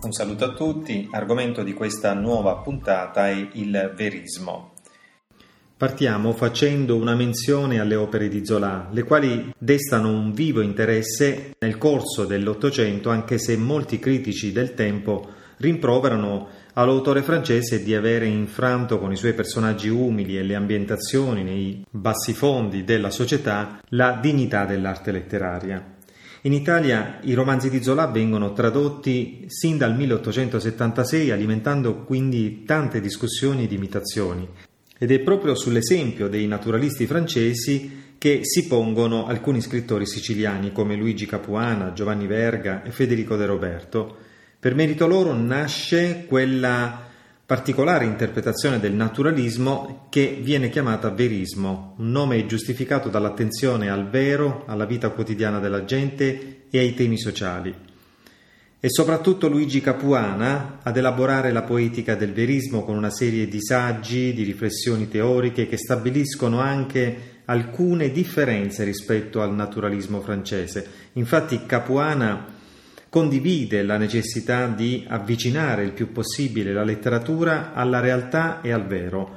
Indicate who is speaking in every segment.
Speaker 1: Un saluto a tutti, argomento di questa nuova puntata è il verismo.
Speaker 2: Partiamo facendo una menzione alle opere di Zola, le quali destano un vivo interesse nel corso dell'Ottocento, anche se molti critici del tempo rimproverano all'autore francese di avere infranto con i suoi personaggi umili e le ambientazioni nei bassifondi della società la dignità dell'arte letteraria. In Italia i romanzi di Zola vengono tradotti sin dal 1876, alimentando quindi tante discussioni ed imitazioni. Ed è proprio sull'esempio dei naturalisti francesi che si pongono alcuni scrittori siciliani come Luigi Capuana, Giovanni Verga e Federico De Roberto. Per merito loro nasce quella particolare interpretazione del naturalismo che viene chiamata verismo, un nome giustificato dall'attenzione al vero, alla vita quotidiana della gente e ai temi sociali. E soprattutto Luigi Capuana ad elaborare la poetica del verismo con una serie di saggi, di riflessioni teoriche che stabiliscono anche alcune differenze rispetto al naturalismo francese. Infatti Capuana condivide la necessità di avvicinare il più possibile la letteratura alla realtà e al vero.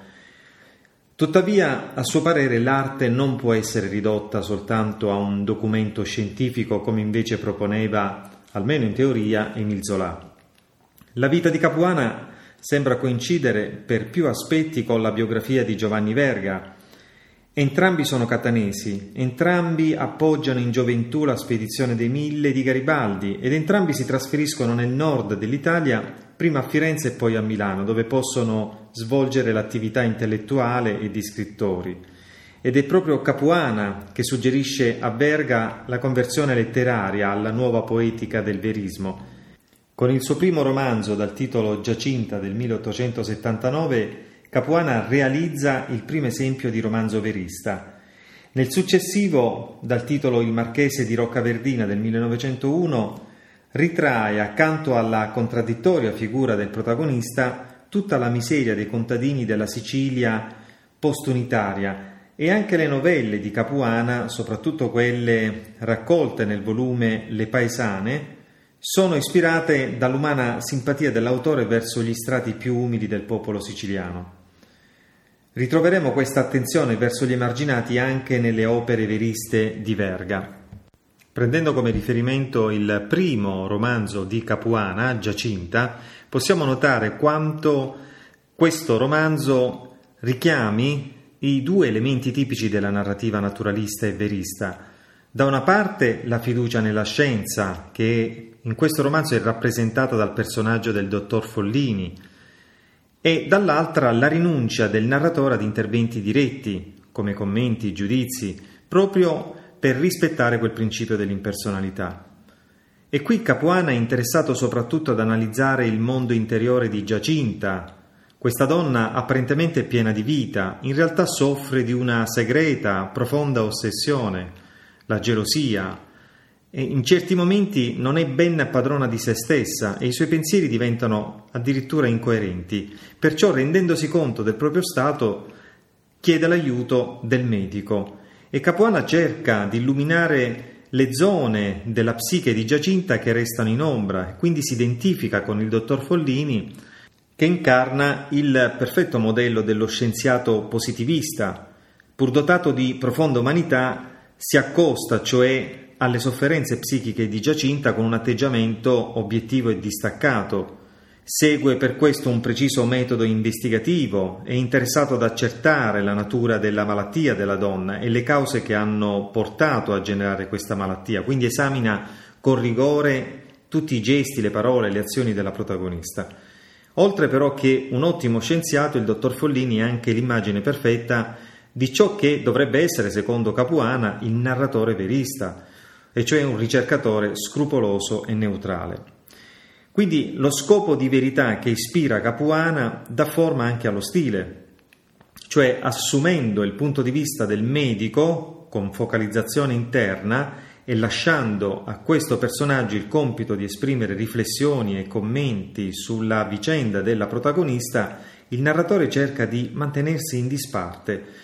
Speaker 2: Tuttavia, a suo parere, l'arte non può essere ridotta soltanto a un documento scientifico, come invece proponeva, almeno in teoria, Émile Zola. La vita di Capuana sembra coincidere per più aspetti con la biografia di Giovanni Verga. Entrambi sono catanesi, entrambi appoggiano in gioventù la spedizione dei Mille di Garibaldi ed entrambi si trasferiscono nel nord dell'Italia, prima a Firenze e poi a Milano, dove possono svolgere l'attività intellettuale e di scrittori. Ed è proprio Capuana che suggerisce a Verga la conversione letteraria alla nuova poetica del verismo. Con il suo primo romanzo dal titolo Giacinta del 1879, Capuana realizza il primo esempio di romanzo verista. Nel successivo, dal titolo Il Marchese di Roccaverdina del 1901, ritrae, accanto alla contraddittoria figura del protagonista, tutta la miseria dei contadini della Sicilia postunitaria, e anche le novelle di Capuana, soprattutto quelle raccolte nel volume Le Paesane, sono ispirate dall'umana simpatia dell'autore verso gli strati più umili del popolo siciliano. Ritroveremo questa attenzione verso gli emarginati anche nelle opere veriste di Verga. Prendendo come riferimento il primo romanzo di Capuana, Giacinta, possiamo notare quanto questo romanzo richiami i due elementi tipici della narrativa naturalista e verista. Da una parte la fiducia nella scienza, che in questo romanzo è rappresentata dal personaggio del dottor Follini, e dall'altra la rinuncia del narratore ad interventi diretti, come commenti, giudizi, proprio per rispettare quel principio dell'impersonalità. E qui Capuana è interessato soprattutto ad analizzare il mondo interiore di Giacinta. Questa donna apparentemente piena di vita, in realtà soffre di una segreta, profonda ossessione, la gelosia, e in certi momenti non è ben padrona di se stessa e i suoi pensieri diventano addirittura incoerenti. Perciò, rendendosi conto del proprio stato, chiede l'aiuto del medico e Capuana cerca di illuminare le zone della psiche di Giacinta che restano in ombra, e quindi si identifica con il dottor Follini, che incarna il perfetto modello dello scienziato positivista. Pur dotato di profonda umanità, si accosta cioè alle sofferenze psichiche di Giacinta con un atteggiamento obiettivo e distaccato. Segue per questo un preciso metodo investigativo, è interessato ad accertare la natura della malattia della donna e le cause che hanno portato a generare questa malattia, quindi esamina con rigore tutti i gesti, le parole, le azioni della protagonista. Oltre però che un ottimo scienziato, il dottor Follini è anche l'immagine perfetta di ciò che dovrebbe essere, secondo Capuana, il narratore verista, e cioè un ricercatore scrupoloso e neutrale. Quindi lo scopo di verità che ispira Capuana dà forma anche allo stile, cioè assumendo il punto di vista del medico con focalizzazione interna e lasciando a questo personaggio il compito di esprimere riflessioni e commenti sulla vicenda della protagonista, il narratore cerca di mantenersi in disparte,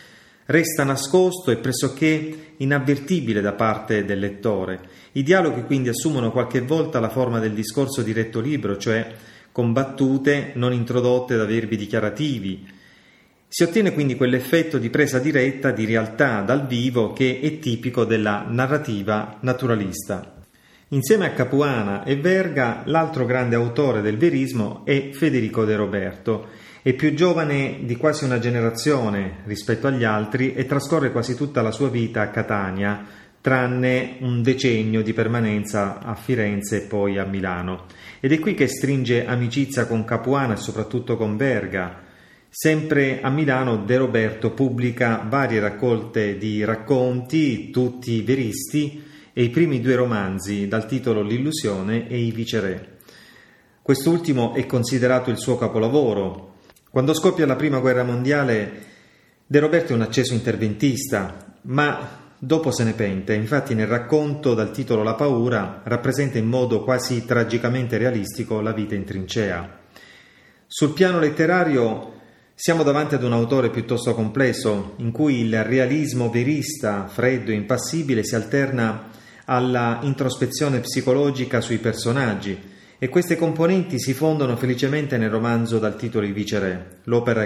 Speaker 2: resta nascosto e pressoché inavvertibile da parte del lettore. I dialoghi quindi assumono qualche volta la forma del discorso di retto libro, cioè con battute non introdotte da verbi dichiarativi. Si ottiene quindi quell'effetto di presa diretta di realtà dal vivo che è tipico della narrativa naturalista. Insieme a Capuana e Verga, l'altro grande autore del verismo è Federico De Roberto. È più giovane di quasi una generazione rispetto agli altri e trascorre quasi tutta la sua vita a Catania, tranne un decennio di permanenza a Firenze e poi a Milano. Ed è qui che stringe amicizia con Capuana e soprattutto con Verga. Sempre a Milano De Roberto pubblica varie raccolte di racconti, tutti veristi, e i primi 2 romanzi dal titolo L'illusione e I viceré. Quest'ultimo è considerato il suo capolavoro. Quando scoppia la Prima Guerra Mondiale, De Roberto è un acceso interventista, ma dopo se ne pente. Infatti nel racconto dal titolo La paura rappresenta in modo quasi tragicamente realistico la vita in trincea. Sul piano letterario siamo davanti ad un autore piuttosto complesso, in cui il realismo verista, freddo e impassibile si alterna alla introspezione psicologica sui personaggi, e queste componenti si fondono felicemente nel romanzo dal titolo I viceré, l'opera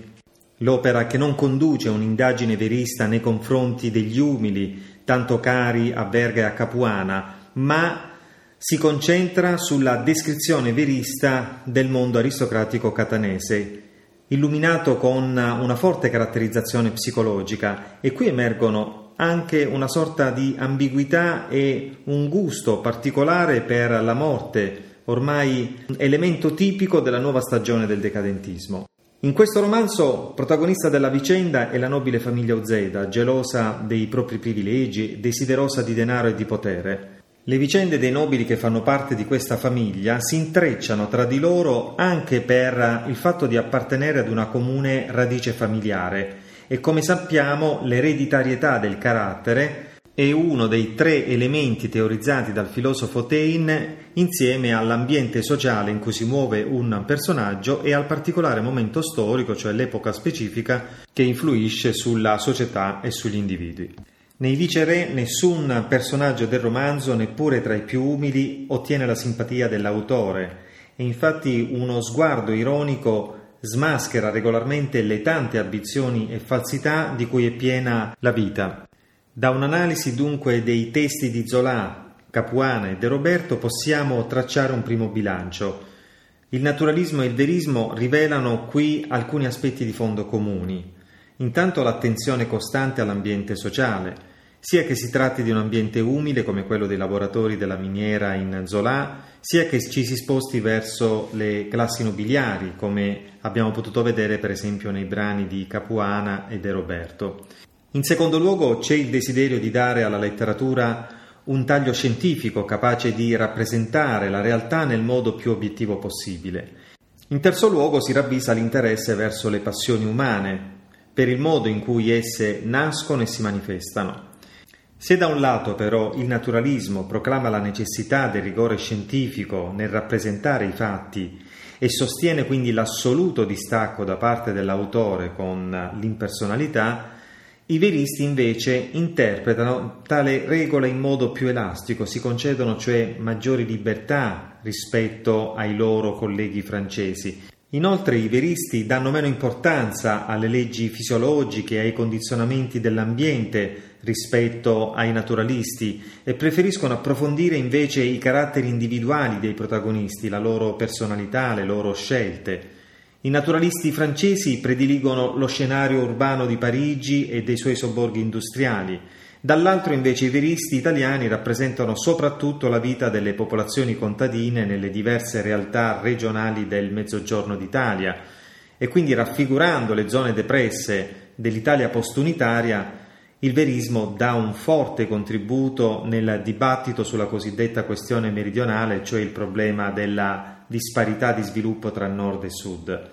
Speaker 2: che non conduce a un'indagine verista nei confronti degli umili, tanto cari a Verga e a Capuana, ma si concentra sulla descrizione verista del mondo aristocratico catanese, illuminato con una forte caratterizzazione psicologica, e qui emergono anche una sorta di ambiguità e un gusto particolare per la morte, ormai elemento tipico della nuova stagione del decadentismo. In questo romanzo, protagonista della vicenda è la nobile famiglia Uzeda, gelosa dei propri privilegi, desiderosa di denaro e di potere. Le vicende dei nobili che fanno parte di questa famiglia si intrecciano tra di loro anche per il fatto di appartenere ad una comune radice familiare, e come sappiamo l'ereditarietà del carattere è uno dei 3 elementi teorizzati dal filosofo Taine insieme all'ambiente sociale in cui si muove un personaggio e al particolare momento storico, cioè l'epoca specifica che influisce sulla società e sugli individui. Nei viceré nessun personaggio del romanzo, neppure tra i più umili, ottiene la simpatia dell'autore, e infatti uno sguardo ironico smaschera regolarmente le tante ambizioni e falsità di cui è piena la vita. Da un'analisi dunque dei testi di Zola, Capuana e De Roberto possiamo tracciare un primo bilancio. Il naturalismo e il verismo rivelano qui alcuni aspetti di fondo comuni. Intanto l'attenzione costante all'ambiente sociale, sia che si tratti di un ambiente umile come quello dei lavoratori della miniera in Zola, sia che ci si sposti verso le classi nobiliari, come abbiamo potuto vedere per esempio nei brani di Capuana e De Roberto. In secondo luogo c'è il desiderio di dare alla letteratura un taglio scientifico capace di rappresentare la realtà nel modo più obiettivo possibile. In terzo luogo si ravvisa l'interesse verso le passioni umane, per il modo in cui esse nascono e si manifestano. Se da un lato però il naturalismo proclama la necessità del rigore scientifico nel rappresentare i fatti e sostiene quindi l'assoluto distacco da parte dell'autore con l'impersonalità, i veristi invece interpretano tale regola in modo più elastico, si concedono cioè maggiori libertà rispetto ai loro colleghi francesi. Inoltre i veristi danno meno importanza alle leggi fisiologiche e ai condizionamenti dell'ambiente rispetto ai naturalisti e preferiscono approfondire invece i caratteri individuali dei protagonisti, la loro personalità, le loro scelte. I naturalisti francesi prediligono lo scenario urbano di Parigi e dei suoi sobborghi industriali. Dall'altro invece i veristi italiani rappresentano soprattutto la vita delle popolazioni contadine nelle diverse realtà regionali del Mezzogiorno d'Italia, e quindi raffigurando le zone depresse dell'Italia postunitaria, il verismo dà un forte contributo nel dibattito sulla cosiddetta questione meridionale, cioè il problema della disparità di sviluppo tra nord e sud.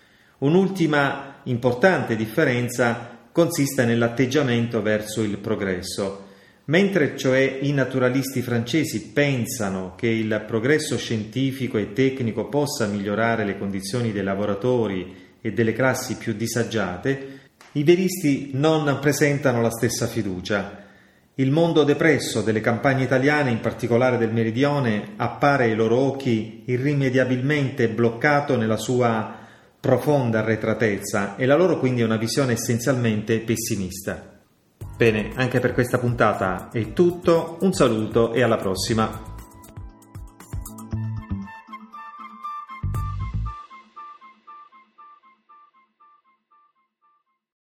Speaker 2: Un'ultima importante differenza consiste nell'atteggiamento verso il progresso. Mentre cioè i naturalisti francesi pensano che il progresso scientifico e tecnico possa migliorare le condizioni dei lavoratori e delle classi più disagiate, I veristi non presentano la stessa fiducia. Il mondo depresso delle campagne italiane, in particolare del meridione, appare ai loro occhi irrimediabilmente bloccato nella sua profonda arretratezza, e la loro quindi è una visione essenzialmente pessimista. Bene, anche per questa puntata è tutto, un saluto e alla prossima.